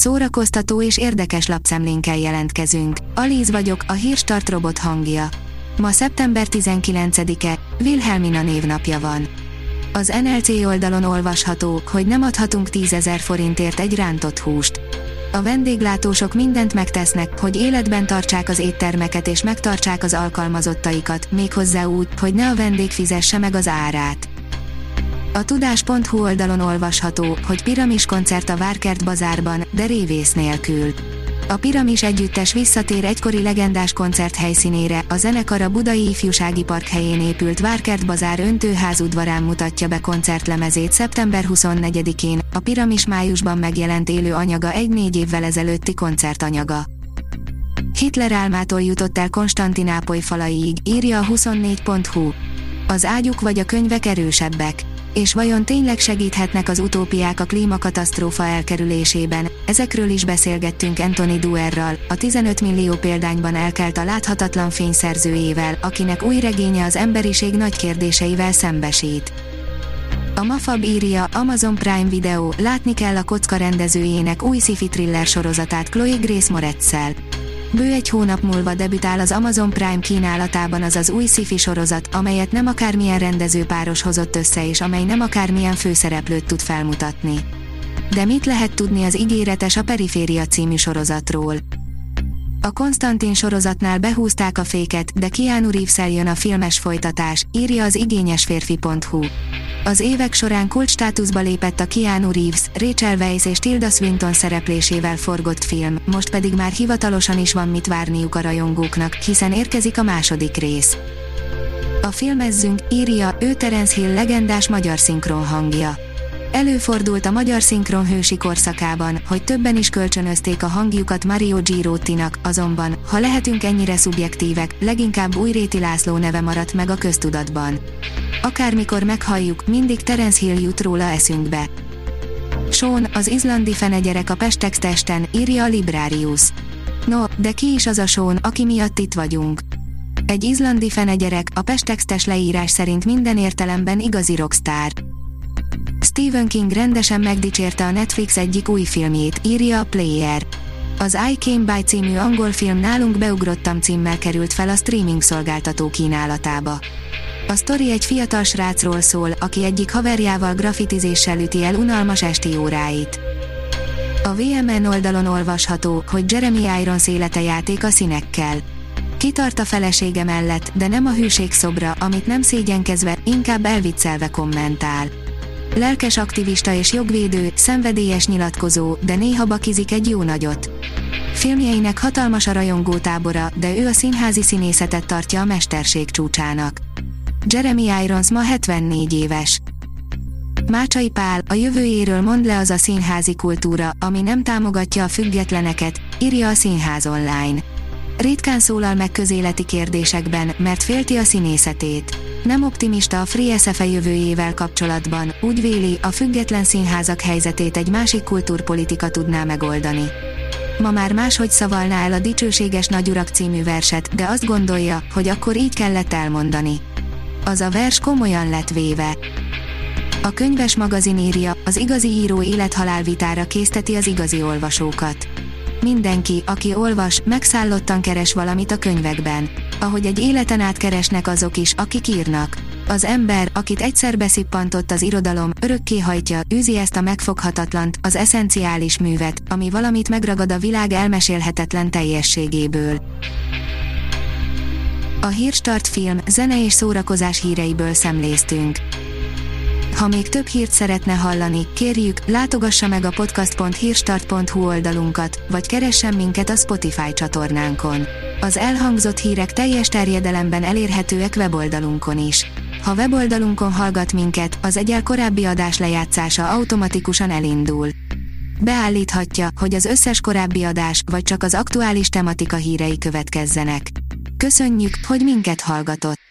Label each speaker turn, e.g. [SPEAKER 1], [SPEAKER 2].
[SPEAKER 1] szórakoztató és érdekes lapszemlénkkel jelentkezünk. Alíz vagyok, a Hírstart robot hangja. Ma szeptember 19-e, Wilhelmina névnapja van. Az NLC oldalon olvasható, hogy nem adhatunk 10 000 forintért egy rántott húst. A vendéglátósok mindent megtesznek, hogy életben tartsák az éttermeket és megtartsák az alkalmazottaikat, méghozzá úgy, hogy ne a vendég fizesse meg az árát. A tudás.hu oldalon olvasható, hogy Piramis koncert a Várkert bazárban, de révész nélkül. A Piramis együttes visszatér egykori legendás koncert helyszínére, a zenekar a Budai Ifjúsági Park helyén épült Várkert bazár öntőház udvarán mutatja be koncertlemezét szeptember 24-én, a Piramis májusban megjelent élő anyaga egy 4 évvel ezelőtti koncertanyaga. Hitler álmától jutott el Konstantinápoly falaiig, írja a 24.hu. Az ágyuk vagy a könyvek erősebbek. És vajon tényleg segíthetnek az utópiák a klímakatasztrófa elkerülésében? Ezekről is beszélgettünk Anthony Duerrel, a 15 millió példányban elkelt a Láthatatlan fény szerzőjével, akinek új regénye az emberiség nagy kérdéseivel szembesít. A Mafab írja, Amazon Prime Video, látni kell a Kocka rendezőjének új sci-fi thriller sorozatát Chloe Grace Moretz-szel. Bő egy hónap múlva debütál az Amazon Prime kínálatában az új sci-fi sorozat, amelyet nem akármilyen rendezőpáros hozott össze és amely nem akármilyen főszereplőt tud felmutatni. De mit lehet tudni az ígéretes A Periféria című sorozatról? A Konstantin sorozatnál behúzták a féket, de Keanu Reeves-el jön a filmes folytatás, írja az igényesférfi.hu. Az évek során kulcsstátuszba lépett a Keanu Reeves, Rachel Weisz és Tilda Swinton szereplésével forgott film, most pedig már hivatalosan is van mit várniuk a rajongóknak, hiszen érkezik a második rész. A Filmezzünk, írja, ő Terence Hill legendás magyar szinkron hangja. Előfordult a magyar szinkron hősi korszakában, hogy többen is kölcsönözték a hangjukat Mario Girottinak, azonban, ha lehetünk ennyire szubjektívek, leginkább Újréti László neve maradt meg a köztudatban. Akármikor meghalljuk, mindig Terence Hill jut róla eszünkbe. Sean, az izlandi fenegyerek a Pestex-testen, írja a Librarius. No, de ki is az a Sean, aki miatt itt vagyunk? Egy izlandi fenegyerek, a Pestex-tes leírás szerint minden értelemben igazi rockstar. Stephen King rendesen megdicsérte a Netflix egyik új filmjét, írja a Player. Az I Came By című angol film Nálunk beugrottam címmel került fel a streaming szolgáltató kínálatába. A sztori egy fiatal srácról szól, aki egyik haverjával graffitizéssel üti el unalmas esti óráit. A VMN oldalon olvasható, hogy Jeremy Irons élete játék a színekkel. Kitart a felesége mellett, de nem a hűség szobra, amit nem szégyenkezve, inkább elviccelve kommentál. Lelkes aktivista és jogvédő, szenvedélyes nyilatkozó, de néha bakizik egy jó nagyot. Filmjeinek hatalmas a rajongótábora, de ő a színházi színészetet tartja a mesterség csúcsának. Jeremy Irons ma 74 éves. Mácsai Pál, a jövőjéről mond le az a színházi kultúra, ami nem támogatja a függetleneket, írja a Színház online. Ritkán szólal meg közéleti kérdésekben, mert félti a színészetét. Nem optimista a Free SFE jövőjével kapcsolatban, úgy véli, a független színházak helyzetét egy másik kultúrpolitika tudná megoldani. Ma már máshogy szavalná el a Dicsőséges nagyurak című verset, de azt gondolja, hogy akkor így kellett elmondani. Az a vers komolyan lett véve. A Könyves magazin írja, az igazi író élethalál vitára készteti az igazi olvasókat. Mindenki, aki olvas, megszállottan keres valamit a könyvekben. Ahogy egy életen át keresnek azok is, akik írnak. Az ember, akit egyszer beszippantott az irodalom, örökké hajtja, űzi ezt a megfoghatatlant, az eszenciális művet, ami valamit megragad a világ elmesélhetetlen teljességéből. A Hírstart film, zene és szórakozás híreiből szemléztünk. Ha még több hírt szeretne hallani, kérjük, látogassa meg a podcast.hírstart.hu oldalunkat, vagy keressen minket a Spotify csatornánkon. Az elhangzott hírek teljes terjedelemben elérhetőek weboldalunkon is. Ha weboldalunkon hallgat minket, az egyel korábbi adás lejátszása automatikusan elindul. Beállíthatja, hogy az összes korábbi adás, vagy csak az aktuális tematika hírei következzenek. Köszönjük, hogy minket hallgatott!